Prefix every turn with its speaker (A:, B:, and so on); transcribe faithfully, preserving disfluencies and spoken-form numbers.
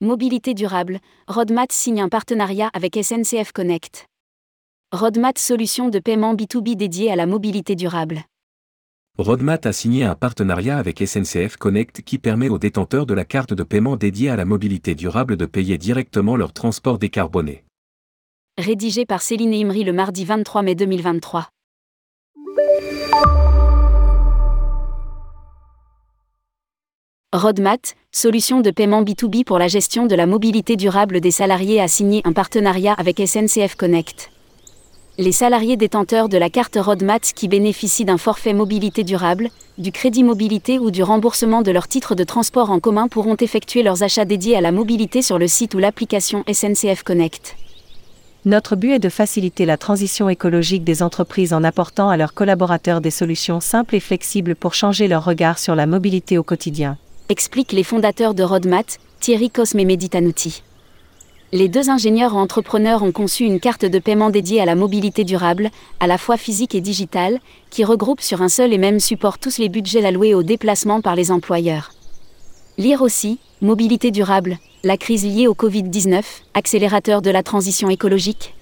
A: Mobilité durable, Rodmat signe un partenariat avec S N C F Connect. Rodmat, solution de paiement B deux B dédiée à la mobilité durable.
B: Rodmat a signé un partenariat avec S N C F Connect qui permet aux détenteurs de la carte de paiement dédiée à la mobilité durable de payer directement leur transport décarboné.
A: Rédigé par Céline Imri le mardi vingt-trois mai deux mille vingt-trois. Rodmat, solution de paiement B deux B pour la gestion de la mobilité durable des salariés, a signé un partenariat avec S N C F Connect. Les salariés détenteurs de la carte Rodmat qui bénéficient d'un forfait mobilité durable, du crédit mobilité ou du remboursement de leur titre de transport en commun pourront effectuer leurs achats dédiés à la mobilité sur le site ou l'application S N C F Connect.
C: Notre but est de faciliter la transition écologique des entreprises en apportant à leurs collaborateurs des solutions simples et flexibles pour changer leur regard sur la mobilité au quotidien,
A: expliquent les fondateurs de Rodmat, Thierry Cosme et Mehdi Tanouti. Les deux ingénieurs entrepreneurs ont conçu une carte de paiement dédiée à la mobilité durable, à la fois physique et digitale, qui regroupe sur un seul et même support tous les budgets alloués aux déplacements par les employeurs. Lire aussi, mobilité durable, la crise liée au covid dix-neuf, accélérateur de la transition écologique.